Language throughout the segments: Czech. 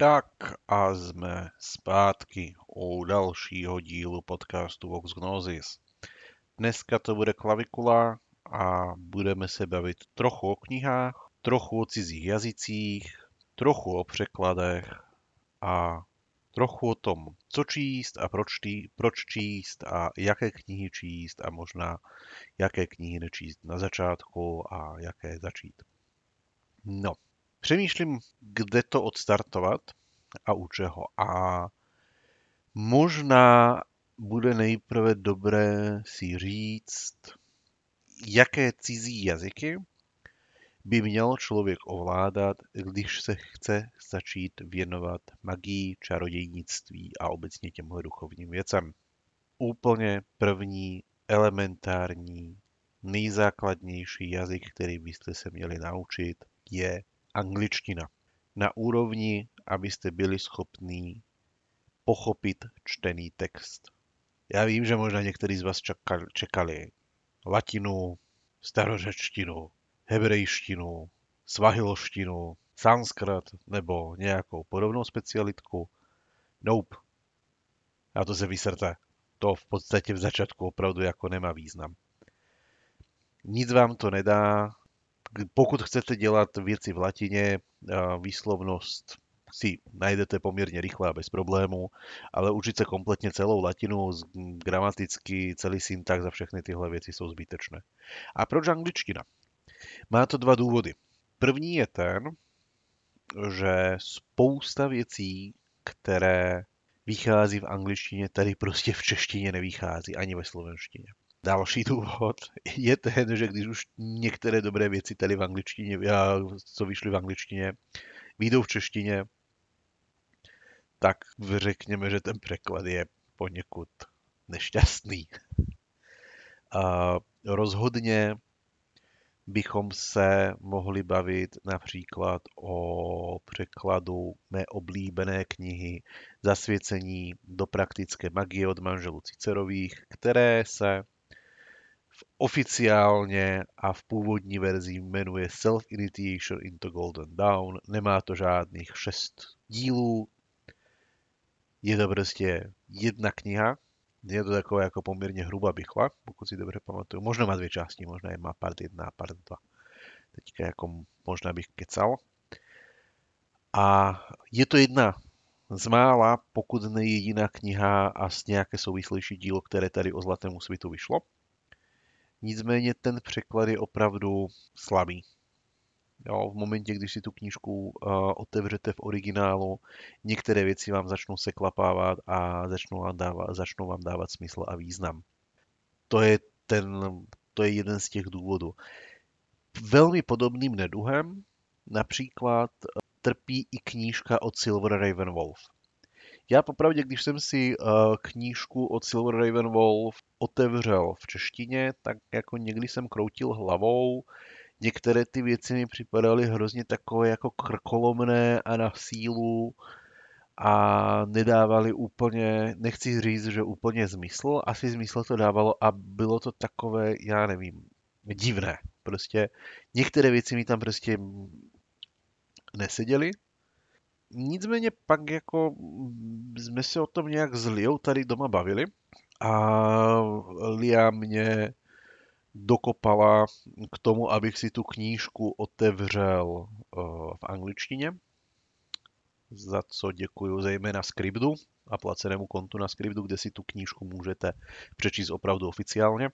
Tak a jsme zpátky u dalšího dílu podcastu Vox Gnosis. Dneska to bude klavikula a budeme se bavit trochu o knihách, trochu o cizích jazycích, trochu o překladech a trochu o tom, co číst a proč číst a jaké knihy číst a možná jaké knihy nečíst na začátku a jaké začít. No, přemýšlím, kde to odstartovat a u čeho. A možná bude nejprve dobré si říct, jaké cizí jazyky by měl člověk ovládat, když se chce začít věnovat magii, čarodějnictví a obecně těmhle duchovním věcem. Úplně první, elementární, nejzákladnější jazyk, který byste se měli naučit, je angličtina. Na úrovni, abyste byli schopní pochopit čtený text. Já vím, že možná někteří z vás čekali latinu, starořečtinu, hebrejštinu, svahilštinu, sanskrt nebo nějakou podobnou specialitku. Nope. A to se vysrte. To v podstatě v začátku opravdu jako nemá význam. Nic vám to nedá. Pokud chcete dělat věci v latině, výslovnost si najdete poměrně rychle a bez problémů, ale učit se kompletně celou latinu, gramaticky, celý syntax a všechny tyhle věci jsou zbytečné. A proč angličtina? Má to dva důvody. První je ten, že spousta věcí, které vychází v angličtině, tady prostě v češtině nevychází, ani ve slovenštině. Další důvod je ten, že když už některé dobré věci tady v angličtině, co vyšly v angličtině, vyjdou v češtině, tak řekněme, že ten překlad je poněkud nešťastný. A rozhodně bychom se mohli bavit například o překladu mé oblíbené knihy Zasvěcení do praktické magie od manželů Cicerových, které se oficiálně a v původní verzi jmenuje Self-Initiation into Golden Dawn. Nemá to žádných 6 dílů, je to prostě jedna kniha, je to takové jako poměrně hrubá bychla, pokud si dobře pamatuju. Možná má 2 části, možná je má part 1 a part 2. Teďka jako možná bych kecal. A je to jedna z mála, pokud ne jediná kniha a z nějaké souvislejší dílo, které tady o Zlatému svitu vyšlo. Nicméně ten překlad je opravdu slabý. Jo, v momentě, když si tu knížku otevřete v originálu, některé věci vám začnou seklapávat a začnou vám dávat smysl a význam. To je, to je jeden z těch důvodů. Velmi podobným neduhem například trpí i knížka od Silver Raven Wolf. Já popravdě, když jsem si knížku od Silver Raven Wolf otevřel v češtině, tak jako někdy jsem kroutil hlavou. Některé ty věci mi připadaly hrozně takové jako krkolomné a na sílu a nedávaly úplně, nechci říct, že úplně smysl, asi smysl to dávalo a bylo to takové, já nevím, divné. Prostě některé věci mi tam prostě neseděly. Nicméně pak jako jsme se o tom nějak s Liou tady doma bavili a Lia mě dokopala k tomu, abych si tu knížku otevřel v angličtině, za co děkuju zejména Scribdu a placenému kontu na Scribdu, kde si tu knížku můžete přečíst opravdu oficiálně.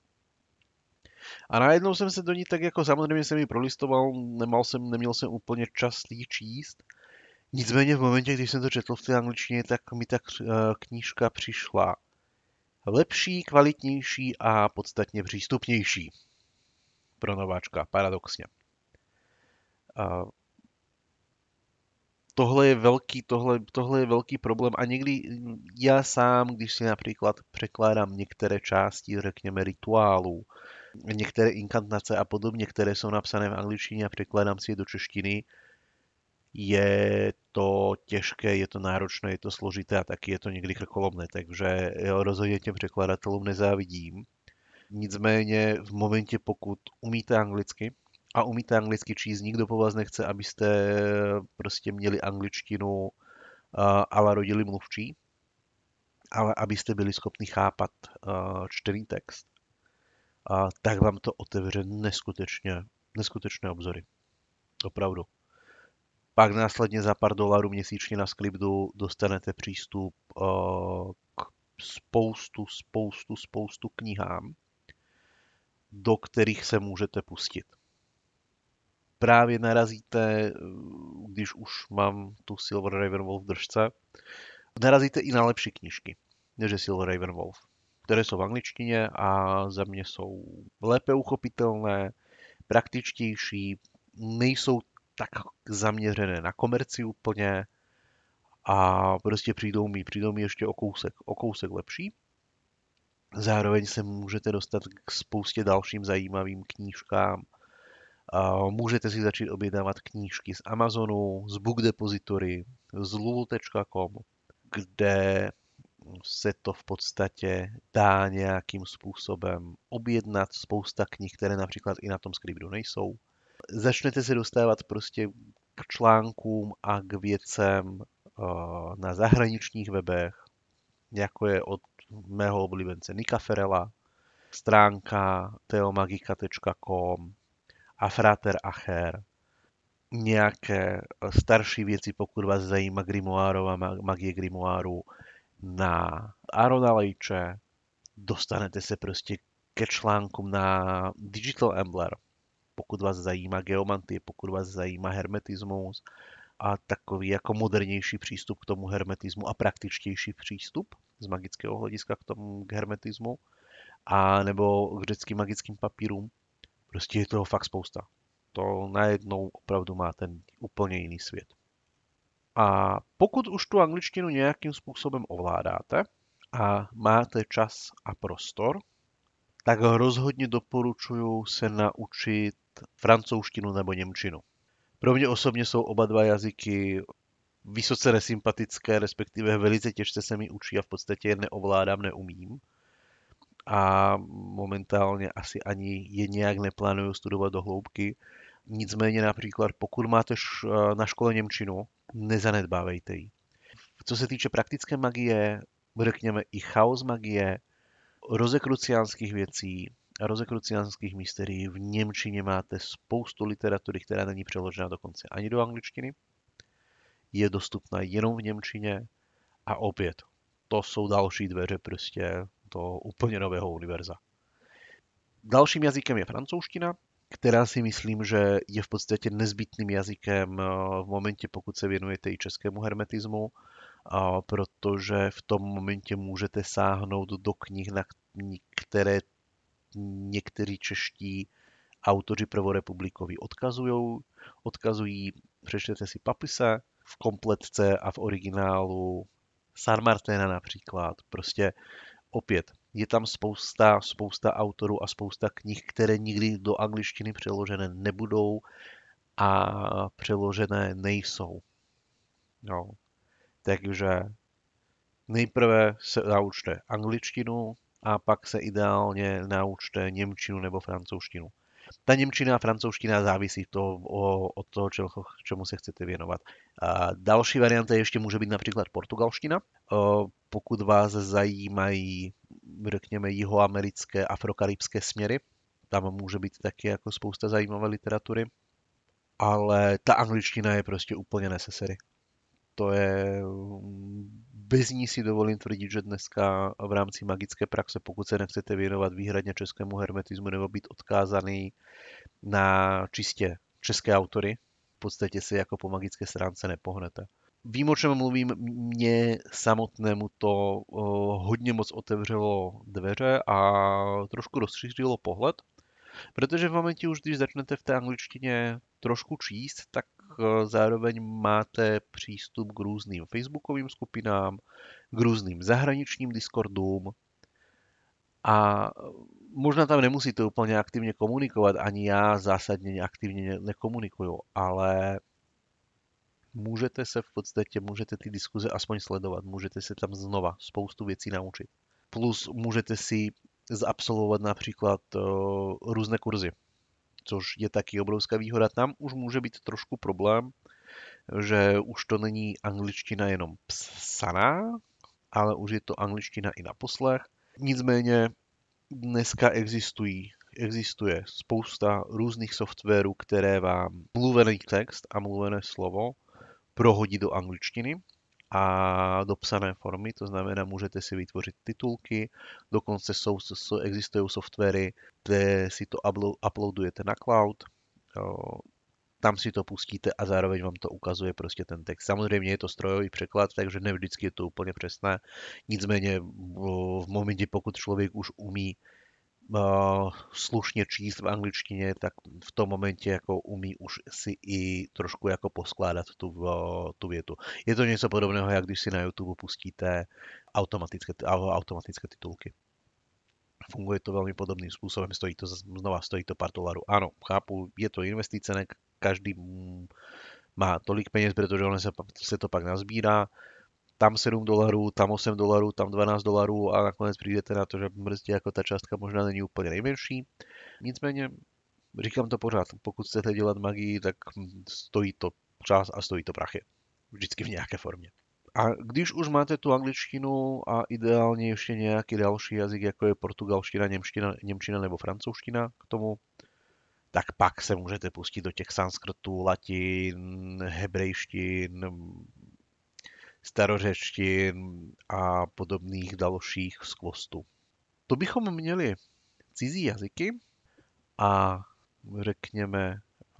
A najednou jsem se do ní tak jako samozřejmě jsem ji prolistoval, neměl jsem úplně čas ji číst. Nicméně v momentě, když jsem to četl v té angličtině, tak mi ta knížka přišla lepší, kvalitnější a podstatně přístupnější pro nováčka, paradoxně. Tohle je velký problém a někdy já sám, když si například překládám některé části, řekněme, rituálů, některé inkantace a podobně, které jsou napsané v angličtině a překládám si je do češtiny, je to těžké, je to náročné, je to složité a taky je to někdy krkolomné, takže rozhodně těm překladatelům nezávidím. Nicméně v momentě, pokud umíte anglicky a umíte anglicky číst, nikdo po vás nechce, abyste prostě měli angličtinu ale rodili mluvčí, ale abyste byli schopni chápat čtený text, tak vám to otevře neskutečné obzory. Opravdu. Pak následně za pár dolarů měsíčně na Scribdu dostanete přístup k spoustu knihám, do kterých se můžete pustit. Právě narazíte, když už mám tu Silver Ravenwolf v držce, narazíte i na lepší knížky, než je Silver Ravenwolf, které jsou v angličtině a za mě jsou lépe uchopitelné, praktičtější, nejsou tak zaměřené na komerci úplně a prostě přijdou mi ještě o kousek lepší. Zároveň se můžete dostat k spoustě dalším zajímavým knížkám. Můžete si začít objednávat knížky z Amazonu, z Book Depository, z lulu.com, kde se to v podstatě dá nějakým způsobem objednat, spousta knih, které například i na tom Scribdu nejsou. Začnete se dostávat prostě k článkům a k věcem na zahraničních webech, jako je od mého oblíbence Nika Ferrella, stránka theomagika.com a Frater Acher, nějaké starší věci, pokud vás zajímá grimoárová magie grimoáru, na Arona Lejče, dostanete se prostě ke článkům na Digital Ambler, pokud vás zajímá geomantie, pokud vás zajímá hermetismus a takový jako modernější přístup k tomu hermetismu a praktičtější přístup z magického hlediska k hermetismu a nebo k řeckým magickým papírům. Prostě je toho fakt spousta. To najednou opravdu má ten úplně jiný svět. A pokud už tu angličtinu nějakým způsobem ovládáte a máte čas a prostor, tak rozhodně doporučuji se naučit francouzštinu nebo němčinu. Pro mě osobně jsou oba dva jazyky vysoce nesympatické, respektive velice těžce se mi učí a v podstatě je neovládám, neumím. A momentálně asi ani je nějak neplánuju studovat do hloubky. Nicméně například pokud máte na škole němčinu, nezanedbávejte ji. Co se týče praktické magie, řekněme i chaos magie, rozekruciánských věcí a rozekruciánských mysterií, v němčině máte spoustu literatury, která není přeložena dokonce ani do angličtiny. Je dostupná jenom v němčině a opět, to jsou další dveře prostě do úplně nového univerza. Dalším jazykem je francouzština, která si myslím, že je v podstatě nezbytným jazykem v momentě, pokud se věnujete i českému hermetismu, protože v tom momentě můžete sáhnout do knih, na které někteří čeští autoři prvorepublikoví odkazují, přečtěte si Papise v kompletce a v originálu San Martina například. Prostě opět, je tam spousta autorů a spousta knih, které nikdy do angličtiny přeložené nebudou a přeložené nejsou. No. Takže nejprve se naučte angličtinu a pak se ideálně naučte němčinu nebo francouzštinu. Ta němčina a francouzština závisí od toho, čemu se chcete věnovat. A další varianta ještě může být například portugalština. Pokud vás zajímají, řekněme, jihoamerické, afrokaribské směry, tam může být taky jako spousta zajímavé literatury. Ale ta angličtina je prostě úplně necessary. To je, bez ní si dovolím tvrdit, že dneska v rámci magické praxe, pokud se nechcete věnovat výhradně českému hermetismu nebo být odkázaný na čistě české autory, v podstatě si jako po magické stránce nepohnete. Vím, o čem mluvím, mně samotnému to hodně moc otevřelo dveře a trošku rozšířilo pohled, protože v momentě už, když začnete v té angličtině trošku číst, tak zároveň máte přístup k různým facebookovým skupinám, k různým zahraničním Discordům a možná tam nemusíte úplně aktivně komunikovat, ani já zásadně aktivně nekomunikuju, ale můžete ty diskuze aspoň sledovat, můžete se tam znova spoustu věcí naučit. Plus můžete si zabsolvovat například různé kurzy. což je taky obrovská výhoda. Tam už může být trošku problém, že už to není angličtina jenom psaná, ale už je to angličtina i na poslech. Nicméně dneska existuje spousta různých softwarů, které vám mluvený text a mluvené slovo prohodí do angličtiny a do psané formy, to znamená, můžete si vytvořit titulky, dokonce existují softwary, kde si to uploadujete na cloud, tam si to pustíte a zároveň vám to ukazuje prostě ten text. Samozřejmě je to strojový překlad, takže ne vždycky je to úplně přesné. Nicméně v momentě, pokud člověk už umí slušně číst v angličtině, tak v tom momentě jako umí už si i trošku jako poskládat tu větu. Je to něco podobného, jak když si na YouTube pustíte automatické titulky. Funguje to velmi podobným způsobem, stojí to pár dolarů. Ano, chápu, je to investice, ne každý má tolik peněz, protože ono se to pak nazbírá. Tam $7, tam $8, tam $12 a nakonec přijdete na to, že prostě jako ta částka možná není úplně nejmenší. Nicméně, říkám to pořád, pokud chcete dělat magii, tak stojí to čas a stojí to prachy. Vždycky v nějaké formě. A když už máte tu angličtinu a ideálně ještě nějaký další jazyk, jako je portugalština, němčina nebo francouzština k tomu, tak pak se můžete pustit do těch sanskrtů, latin, hebrejštin, starořečtin a podobných dalších skvostů. To bychom měli cizí jazyky a řekněme,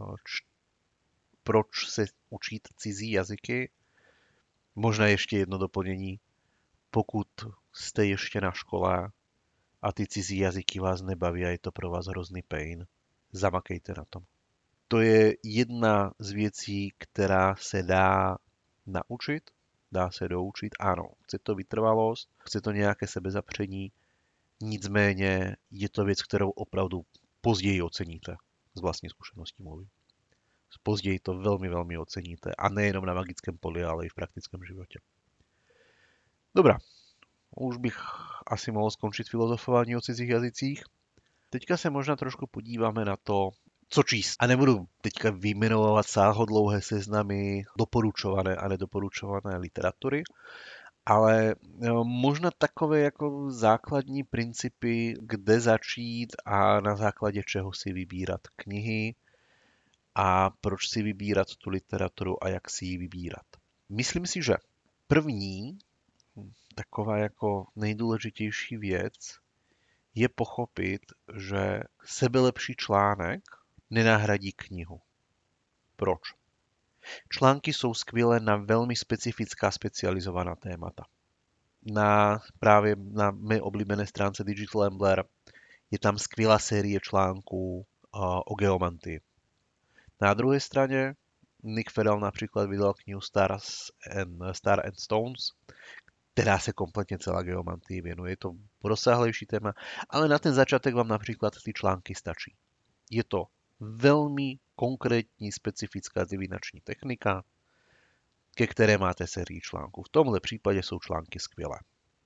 proč se učit cizí jazyky. Možná ještě jedno doplnění. Pokud jste ještě na škole a ty cizí jazyky vás nebaví a je to pro vás hrozný pain, zamakejte na tom. To je jedna z věcí, která se dá naučit, dá se doučit. Ano, chce to vytrvalost, chce to nějaké sebezapření, nicméně je to věc, kterou opravdu později oceníte. Z vlastní zkušenosti mluvím. Později to velmi, velmi oceníte. A nejenom na magickém poli, ale i v praktickém životě. Dobrá, už bych asi mohl skončit filozofování o cizích jazycích. Teďka se možná trošku podíváme na to, co číst. A nebudu teďka vyjmenovat sáhodlouhé seznamy doporučované a nedoporučované literatury, ale možná takové jako základní principy, kde začít a na základě čeho si vybírat knihy a proč si vybírat tu literaturu a jak si ji vybírat. Myslím si, že první taková jako nejdůležitější věc je pochopit, že sebelepší článek nenahradí knihu. Proč? Články jsou skvělé na velmi specifická specializovaná témata. Právě na mé oblíbené stránce Digital Ambler je tam skvělá série článků o geomantii. Na druhé straně Nick Ferrell například vydal knihu Star and Stones, která se kompletně celá geomantii věnuje. Je to rozsáhlejší téma, ale na ten začátek vám například ty články stačí. Je to velmi konkrétní specifická divinační technika, ke které máte sérii článků. V tomhle případě jsou články skvělé.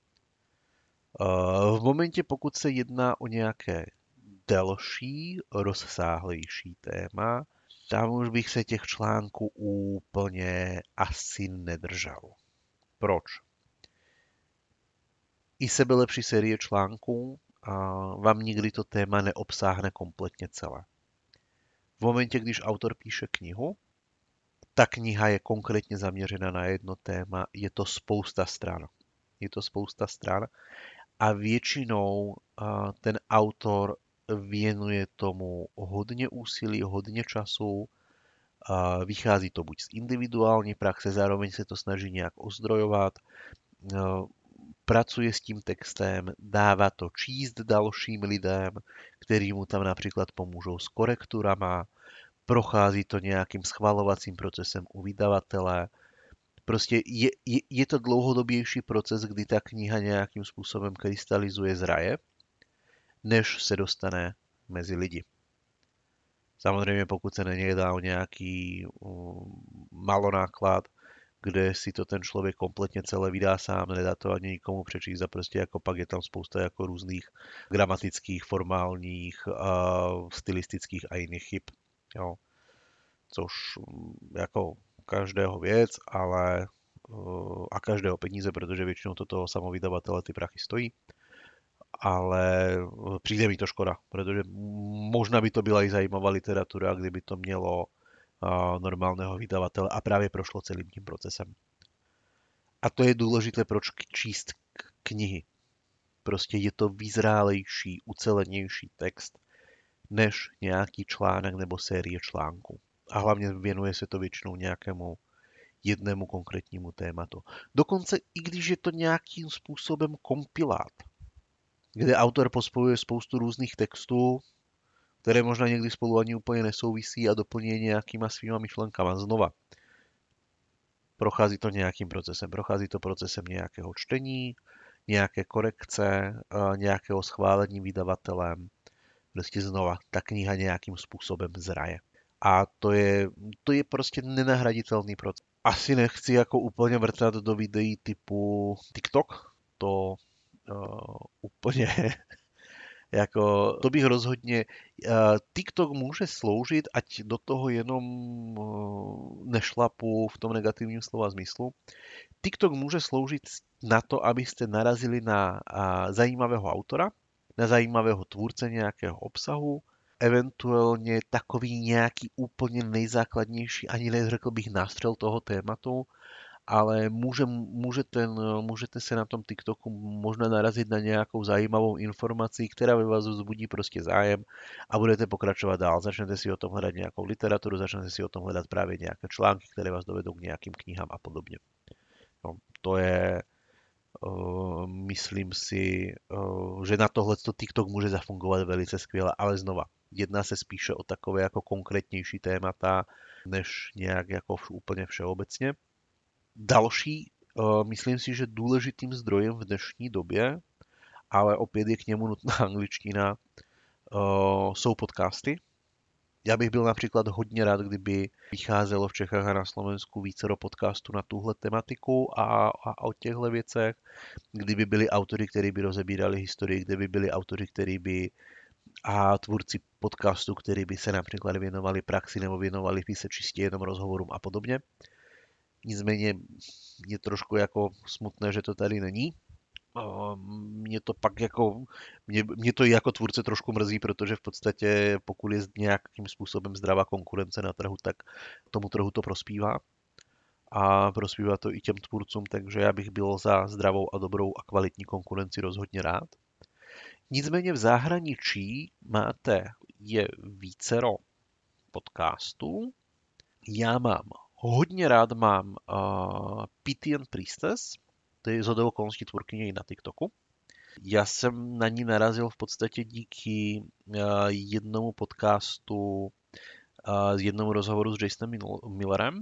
V momentě, pokud se jedná o nějaké delší, rozsáhlejší téma, tam už bych se těch článků úplně asi nedržel. Proč? I sebelepší série článků vám nikdy to téma neobsáhne kompletně celé. V momentě, když autor píše knihu, ta kniha je konkrétně zaměřena na jedno téma, je to spousta stran. A většinou ten autor věnuje tomu hodně úsilí, hodně času, vychází to buď z individuální praxe, zároveň se to snaží nějak ozdrojovat, pracuje s tím textem, dává to číst dalším lidem, kteří mu tam například pomůžou s korekturama, prochází to nějakým schvalovacím procesem u vydavatele. Prostě je to dlouhodobější proces, kdy ta kniha nějakým způsobem krystalizuje, zraje, než se dostane mezi lidi. Samozřejmě pokud se nejedná o nějaký malonáklad, kde si to ten člověk kompletně celé vydá sám, nedá to ani nikomu přečíst a prostě jako pak je tam spousta jako různých gramatických, formálních, stylistických a jiných chyb. Jo. Což jako každého věc, ale a každého peníze, protože většinou to toho samovydavatele ty prachy stojí. Ale přijde mi to škoda, protože možná by to byla i zajímavá literatura, kdyby to mělo normálného vydavatele a právě prošlo celým tím procesem. A to je důležité, proč číst knihy. Prostě je to vyzrálejší, ucelenější text, než nějaký článek nebo série článků. A hlavně věnuje se to většinou nějakému jednému konkrétnímu tématu. Dokonce i když je to nějakým způsobem kompilát, kde autor pospojuje spoustu různých textů, které možná někdy spolu ani úplně nesouvisí a doplní nějakýma svýma myšlenkama. Znova, prochází to nějakým procesem. Prochází to procesem nějakého čtení, nějaké korekce, nějakého schválení vydavatelem. Prostě znova, ta kniha nějakým způsobem zraje. A to je prostě nenahraditelný proces. Asi nechci jako úplně vrtat do videí typu TikTok, to úplně jako, to bych rozhodně, TikTok může sloužit, ať do toho jenom nešlapu v tom negativním slova zmyslu. TikTok může sloužit na to, abyste narazili na zajímavého autora, na zajímavého tvůrce nějakého obsahu, eventuálně takový nějaký úplně nejzákladnější, ani neřekl bych nástřel toho tématu, ale můžete se na tom TikToku možná narazit na nějakou zajímavou informaci, která ve vás vzbudí prostě zájem a budete pokračovat dál. Začnete si o tom hledat nějakou literaturu, začnete si o tom hledat právě nějaké články, které vás dovedou k nějakým knihám a podobně. No, to je, myslím si, že na tohle TikTok může zafungovat velice skvěle, ale znova, jedná se spíše o takové jako konkrétnější témata, než nějak jako úplně všeobecně. Další, myslím si, že důležitým zdrojem v dnešní době, ale opět je k němu nutná angličtina, jsou podcasty. Já bych byl například hodně rád, kdyby vycházelo v Čechách a na Slovensku vícero podcastů na tuhle tematiku a o těchto věcech, kdyby byli autory, kteří by rozebírali historii, kdyby byli autory, kteří by a tvůrci podcastu, kteří by se například věnovali praxi nebo věnovali by se čistě jenom rozhovorům a podobně. Nicméně je trošku jako smutné, že to tady není. Mě to pak jako, mě to i jako tvůrce trošku mrzí, protože v podstatě pokud je nějakým způsobem zdravá konkurence na trhu, tak tomu trhu to prospívá. A prospívá to i těm tvůrcům, takže já bych byl za zdravou a dobrou a kvalitní konkurenci rozhodně rád. Nicméně v zahraničí je vícero podcastů. Já hodně rád mám Pity and Priestess, to je shodou okolností tvůrkyně i na TikToku. Já jsem na ní narazil v podstatě díky jednomu podcastu, jednomu rozhovoru s Jasonem Millerem.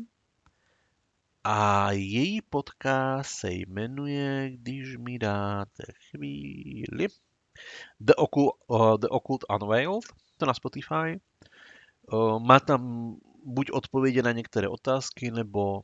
A její podcast se jmenuje, když mi dáte chvíli, The Occult Unveiled, to na Spotify. Má tam buď odpovědi na některé otázky, nebo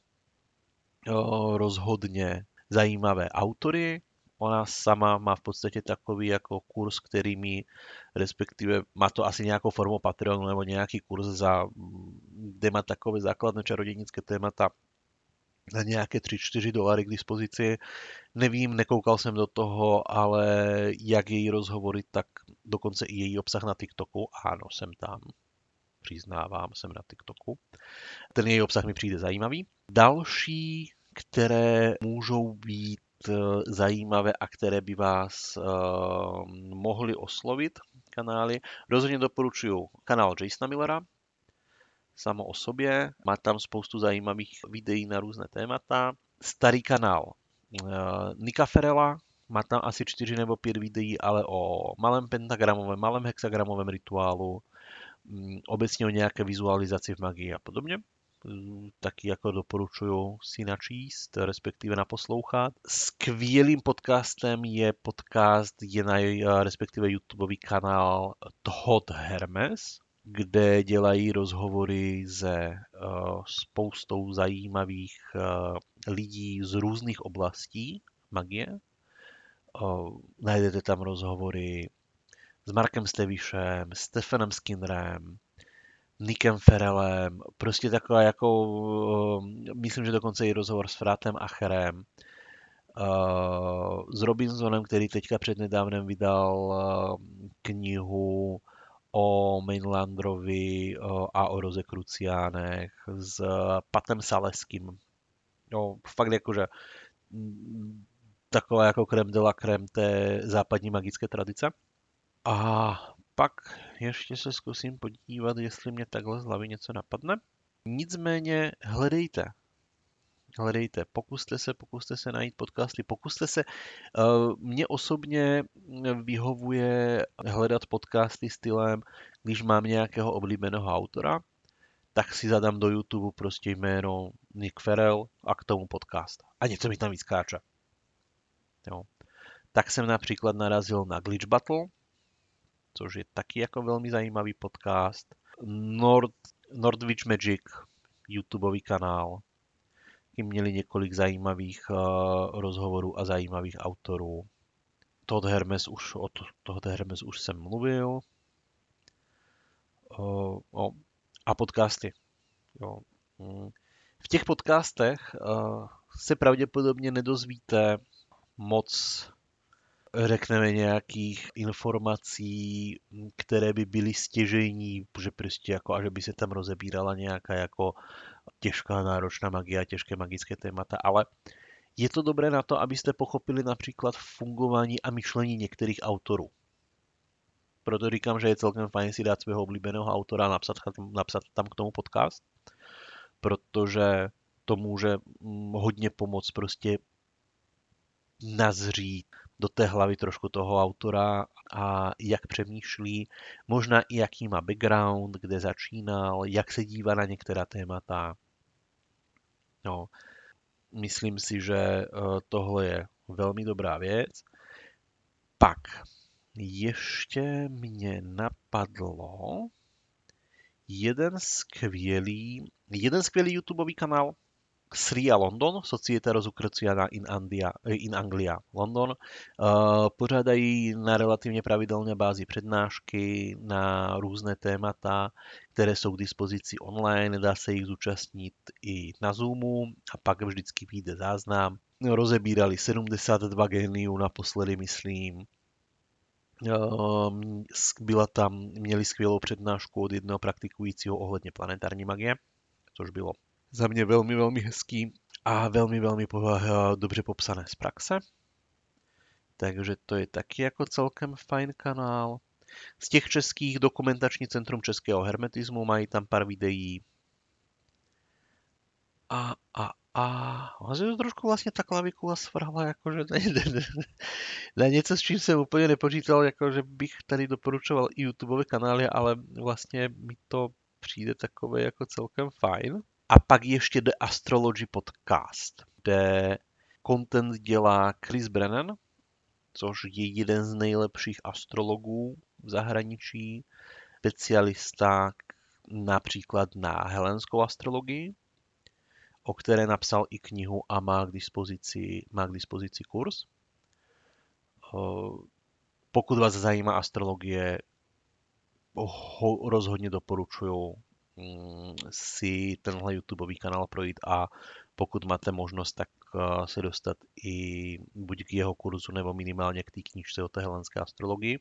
rozhodně zajímavé autory. Ona sama má v podstatě takový jako kurz, který mi, respektive má to asi nějakou formu Patreonu nebo nějaký kurz, kde má takové základné čarodějnické témata na nějaké 3-4 dolary k dispozici. Nevím, nekoukal jsem do toho, ale jak její rozhovory, tak dokonce i její obsah na TikToku. Ano, jsem tam. Přiznávám, jsem na TikToku. Ten její obsah mi přijde zajímavý. Další, které můžou být zajímavé a které by vás mohly oslovit kanály. Rozhodně doporučuji kanál Jasona Millera, samo o sobě. Má tam spoustu zajímavých videí na různé témata. Starý kanál Nika Ferela, má tam asi 4 nebo 5 videí, ale o malém pentagramovém, malém hexagramovém rituálu, obecně o nějaké vizualizaci v magii a podobně. Taky jako doporučuju si načíst, respektive naposlouchat. Skvělým podcastem je podcast, respektive YouTubeový kanál Todd Hermes, kde dělají rozhovory se spoustou zajímavých lidí z různých oblastí magie. Najdete tam rozhovory s Markem Stevišem, Stephenem Skinnerem, Nickem Ferrellem, prostě taková jako, myslím, že dokonce i rozhovor s Fratem Acherem, s Robinsonem, který teďka přednedávnem vydal knihu o Mainlanderovi a o Rozekruciánech s Patem Saleským. No, fakt jakože taková jako crème de la crème té západní magické tradice. A pak ještě se zkusím podívat, jestli mě takhle z hlavy něco napadne. Nicméně hledejte, pokuste se najít podcasty, pokuste se, mně osobně vyhovuje hledat podcasty stylem, když mám nějakého oblíbeného autora, tak si zadám do YouTube prostě jméno Nick Ferrell a k tomu podcast. A něco mi tam vyskáče. Jo. Tak jsem například narazil na Glitch Battle, což je taky jako velmi zajímavý podcast. Nordwich Magic, YouTubeový kanál. Tím měli několik zajímavých rozhovorů a zajímavých autorů. Todd Hermes už jsem mluvil. A podcasty. Jo. V těch podcastech se pravděpodobně nedozvíte moc, řekneme, nějakých informací, které by byly stěžejní, že prostě jako, a že by se tam rozebírala nějaká jako těžká náročná magie a těžké magické témata, ale je to dobré na to, abyste pochopili například fungování a myšlení některých autorů. Proto říkám, že je celkem fajn si dát svého oblíbeného autora a napsat tam k tomu podcast, protože to může hodně pomoct prostě nazřít do té hlavy trošku toho autora a jak přemýšlí, možná i jaký má background, kde začínal, jak se dívá na některá témata. No, myslím si, že tohle je velmi dobrá věc. Pak ještě mě napadlo jeden skvělý YouTubeový kanál, Sria London, Societa Rosicruciana in Anglia, London. Pořádají na relativně pravidelné bázi přednášky na různé témata, které jsou k dispozici online, dá se jich zúčastnit i na Zoomu a pak vždycky vyjde záznam. Rozebírali 72 géniů naposledy, myslím. Měli skvělou přednášku od jednoho praktikujícího ohledně planetární magie, což bylo za mě velmi, velmi hezký a velmi, velmi dobře popsané z praxe. Takže to je taky jako celkem fajn kanál. Z těch českých Dokumentační centrum českého hermetismu mají tam pár videí. A že to trošku vlastně ta klavikula svrhla, jakože na něco, s čím jsem úplně nepočítal, jakože bych tady doporučoval i YouTubeové kanály, ale vlastně mi to přijde takové jako celkem fajn. A pak ještě The Astrology Podcast, kde content dělá Chris Brennan, což je jeden z nejlepších astrologů v zahraničí, specialista například na helenskou astrologii, o které napsal i knihu a má k dispozici kurz. Pokud vás zajímá astrologie, ho rozhodně doporučuju si tenhle YouTubeový kanál projít a pokud máte možnost, tak se dostat i buď k jeho kurzu, nebo minimálně k té knížce o té helenské astrologii.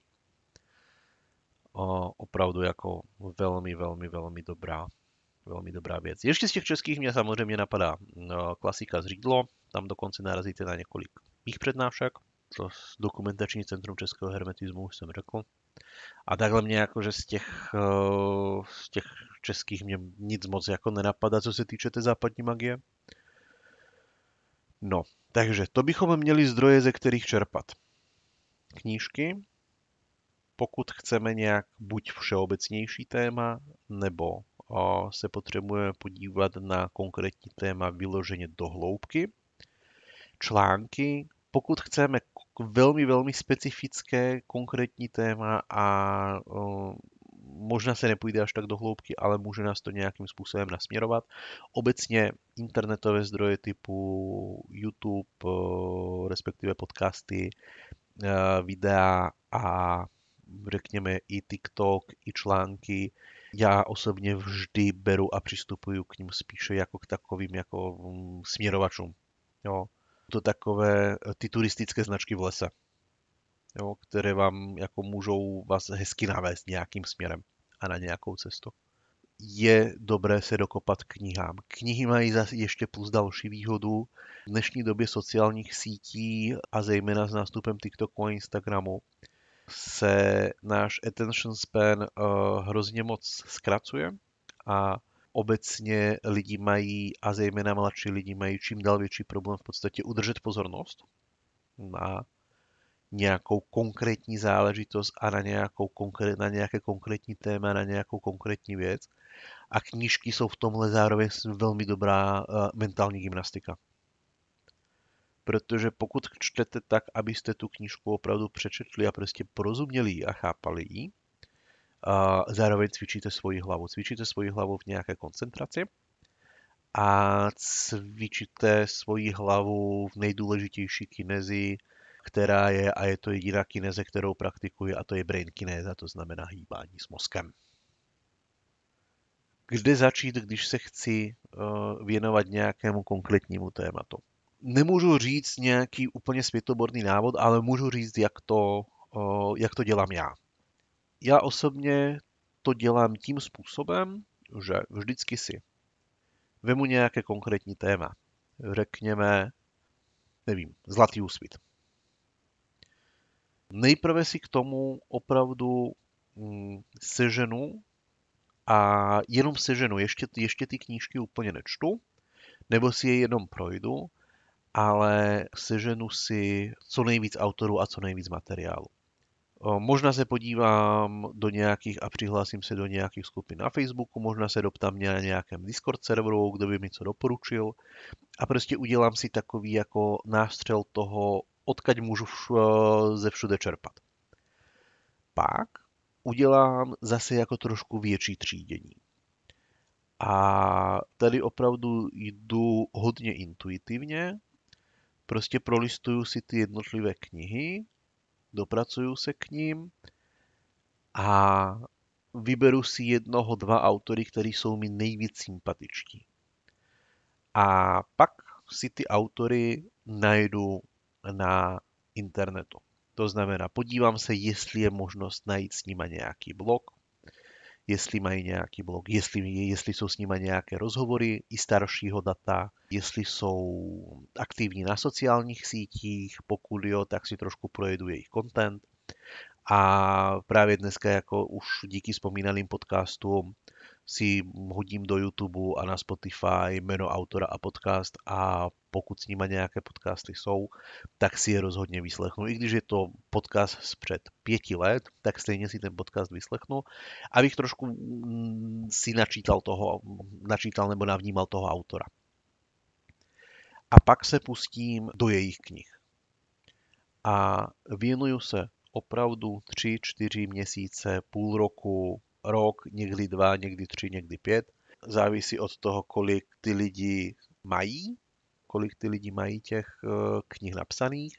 Opravdu jako velmi, velmi, velmi dobrá věc. Ještě z těch českých mě samozřejmě napadá klasika Zřídlo, tam dokonce narazíte na několik mých přednášek, co z Dokumentační centrum českého hermetismu už jsem řekl. A takhle mě jakože z těch českých mě nic moc jako nenapadá, co se týče té západní magie. No, takže to bychom měli zdroje, ze kterých čerpat. Knížky, pokud chceme nějak buď všeobecnější téma, nebo se potřebujeme podívat na konkrétní téma vyloženě do hloubky. Články, pokud chceme velmi, velmi specifické konkrétní téma a možná se nepůjde až tak do hloubky, ale může nás to nějakým způsobem nasměrovat. Obecně internetové zdroje typu YouTube, respektive podcasty, videa a řekněme i TikTok, i články. Já osobně vždy beru a přistupuju k ním spíše jako k takovým jako směrovačům. Jo. To takové ty turistické značky v lese, jo, které vám jako můžou vás hezky navést nějakým směrem a na nějakou cestu. Je dobré se dokopat k knihám. Knihy mají zase ještě plus další výhodu. V dnešní době sociálních sítí a zejména s nástupem TikToku a Instagramu se náš attention span hrozně moc zkracuje a obecně lidi mají, a zejména mladší lidi mají čím dál větší problém v podstatě udržet pozornost na nějakou konkrétní záležitost a na nějaké konkrétní téma, na nějakou konkrétní věc. A knížky jsou v tomhle zároveň velmi dobrá mentální gymnastika. Protože pokud čtete tak, abyste tu knížku opravdu přečetli a prostě porozuměli a chápali ji, a zároveň cvičíte svoji hlavu. Cvičíte svoji hlavu v nějaké koncentraci a cvičíte svoji hlavu v nejdůležitější kinezi, která je, a je to jediná kineze, kterou praktikuji, a to je brain kinéza, to znamená hýbání s mozkem. Kde začít, když se chci věnovat nějakému konkrétnímu tématu? Nemůžu říct nějaký úplně světoborný návod, ale můžu říct, jak to dělám já. Já osobně to dělám tím způsobem, že vždycky si vemu nějaké konkrétní téma. Řekněme, nevím, zlatý úsvit. Nejprve si k tomu opravdu seženu a jenom seženu, ještě ty knížky úplně nečtu, nebo si je jenom projdu, ale seženu si co nejvíc autorů a co nejvíc materiálu. Možná se podívám do nějakých a přihlásím se do nějakých skupin na Facebooku, možná se doptám na nějakém Discord serveru, kdo by mi co doporučil a prostě udělám si takový jako nástřel toho, odkud můžu ze všude čerpat. Pak udělám zase jako trošku větší třídění. A tady opravdu jdu hodně intuitivně, prostě prolistuju si ty jednotlivé knihy, dopracuju se k ním a vyberu si jednoho, dva autory, kteří jsou mi nejvíc sympatičtí. A pak si ty autory najdu na internetu. To znamená, podívám se, jestli je možnost najít s nima nějaký blog, jestli mají nějaký blog, jestli jsou s nima nějaké rozhovory i staršího data, jestli jsou aktivní na sociálních sítích, pokud jo, tak si trošku projedu jejich content. A právě dneska, jako už díky vzpomínaným podcastům, si hodím do YouTube a na Spotify jméno autora a podcast a pokud s nima nějaké podcasty jsou, tak si je rozhodně vyslechnu. I když je to podcast z před 5 let, tak stejně si ten podcast vyslechnu, abych trošku si načítal nebo navnímal toho autora. A pak se pustím do jejich knih. A věnuju se opravdu 3-4 měsíce, půl roku, rok, někdy 2, někdy 3, někdy 5. Závisí od toho, kolik ty lidi mají těch knih napsaných.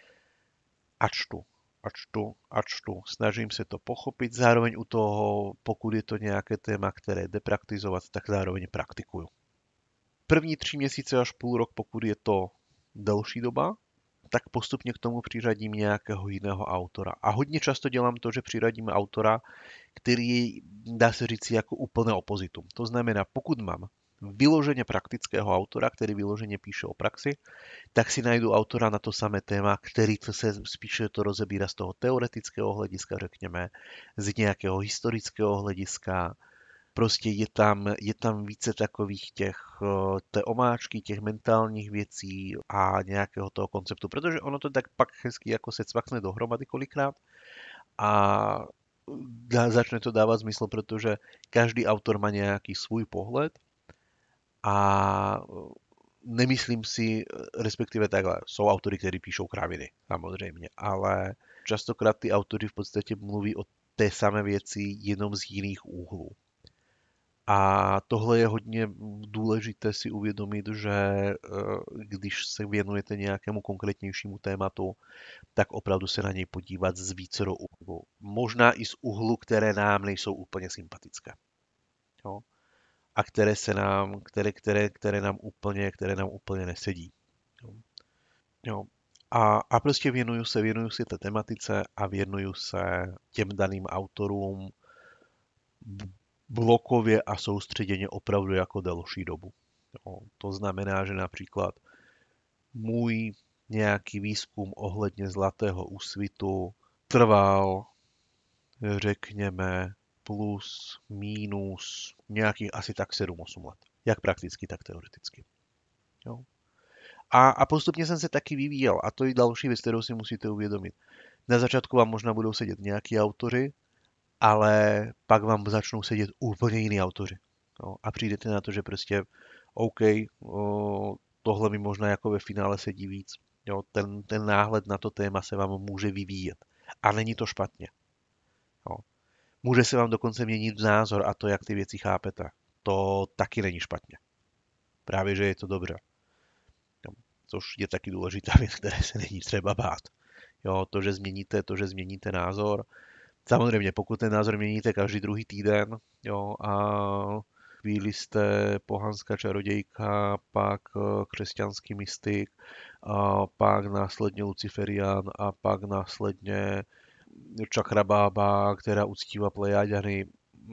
A čtu. Snažím se to pochopit. Zároveň u toho, pokud je to nějaké téma, které jde praktizovat, tak zároveň praktikuju. První 3 měsíce až půl rok, pokud je to delší doba, tak postupně k tomu přiřadím nějakého jiného autora. A hodně často dělám to, že přiradím autora, který dá se říct jako úplné opozitum. To znamená, pokud mám vyloženě praktického autora, který vyloženě píše o praxi, tak si najdu autora na to samé téma, který se spíše to rozebírá z toho teoretického hlediska, řekněme, z nějakého historického hlediska. Prostě je tam více takových té omáčky, těch mentálních věcí a nějakého toho konceptu, protože ono to tak pak hezky jako se cvakne dohromady kolikrát a začne to dávat smysl, protože každý autor má nějaký svůj pohled a nemyslím si, respektive takhle, jsou autory, kteří píšou kraviny, samozřejmě, ale častokrát ty autory v podstatě mluví o té samé věci jenom z jiných úhlů. A tohle je hodně důležité si uvědomit, že když se věnujete nějakému konkrétnějšímu tématu, tak opravdu se na něj podívat z vícero úhlů. Možná i z úhlu, které nám nejsou úplně sympatické. Jo? A které nám úplně nesedí. Jo? Jo. A prostě věnuju se té tematice a věnuju se těm daným autorům blokově a soustředěně opravdu jako delší dobu. Jo. To znamená, že například můj nějaký výzkum ohledně Zlatého úsvitu trval, řekněme, plus, minus nějakých asi tak 7-8 let. Jak prakticky, tak teoreticky. Jo. A postupně jsem se taky vyvíjel. A to je další věc, kterou si musíte uvědomit. Na začátku vám možná budou sedět nějaký autoři, ale pak vám začnou sedět úplně jiný autoři. Jo. A přijdete na to, že prostě OK, tohle mi možná jako ve finále sedí víc. Jo. Ten náhled na to téma se vám může vyvíjet. A není to špatně. Jo. Může se vám dokonce měnit názor a to, jak ty věci chápete. To taky není špatně. Právě, že je to dobře. Jo. Což je taky důležitá věc, které se není třeba bát. Jo, to, že změníte názor. Samozřejmě, pokud ten názor měníte každý druhý týden, jo, a chvíli jste pohanská čarodějka, pak křesťanský mystik, a pak následně luciferián a pak následně čakrabába, která uctívá Plejaďany,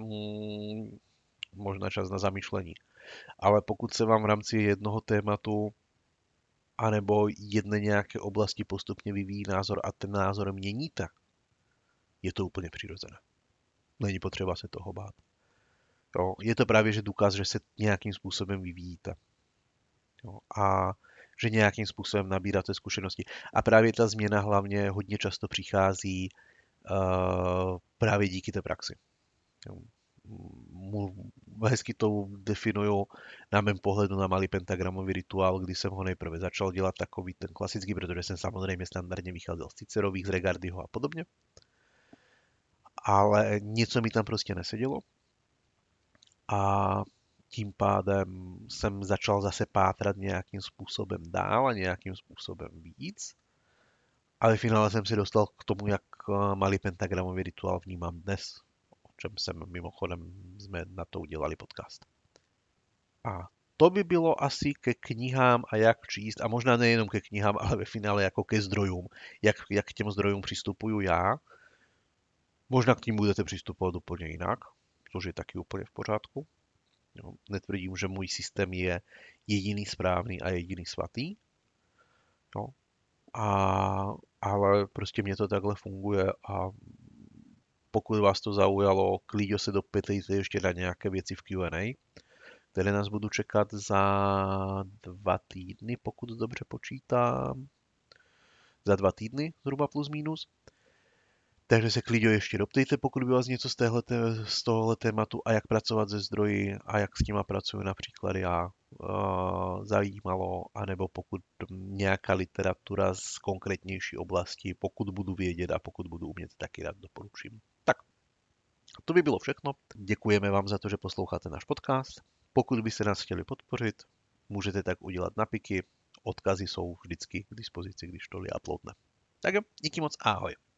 možná čas na zamýšlení. Ale pokud se vám v rámci jednoho tématu anebo jedné nějaké oblasti postupně vyvíjí názor a ten názor měníte, je to úplně přirozené. Není potřeba se toho bát. Jo, je to právě že důkaz, že se nějakým způsobem vyvíjíte. Jo, a že nějakým způsobem nabíráte zkušenosti. A právě ta změna hlavně hodně často přichází právě díky té praxi. Jo. Hezky to definuju na mém pohledu na malý pentagramový rituál, kdy jsem ho nejprve začal dělat takový ten klasický, protože jsem samozřejmě standardně vycházel z Cicerových, z Regardyho a podobně. Ale něco mi tam prostě nesedělo a tím pádem jsem začal zase pátrat nějakým způsobem dál a nějakým způsobem víc. A ve finále jsem se dostal k tomu, jak malý pentagramový rituál vnímám dnes, o čem jsem mimochodem jsme na to udělali podcast. A to by bylo asi ke knihám a jak číst, a možná nejenom ke knihám, ale ve finále jako ke zdrojům, jak k těm zdrojům přistupuju já. Možná k ním budete přistupovat úplně jinak, což je taky úplně v pořádku. Jo, netvrdím, že můj systém je jediný správný a jediný svatý. Jo. Ale prostě mě to takhle funguje a pokud vás to zaujalo, klidně se dopytejte ještě na nějaké věci v Q&A, které nás budu čekat za 2 týdny, pokud dobře počítám. Za 2 týdny, zhruba plus minus. Takže se klidně ještě doptejte, pokud by vás něco z tohohle tématu a jak pracovat se zdroji a jak s těma pracuji například já zajímalo, anebo pokud nějaká literatura z konkrétnější oblasti, pokud budu vědět a pokud budu umět, taky rád doporučím. Tak, to by bylo všechno. Děkujeme vám za to, že posloucháte náš podcast. Pokud byste nás chtěli podpořit, můžete tak udělat na Piky. Odkazy jsou vždycky k dispozici, když to uploadne. Tak jo, díky moc, ahoj.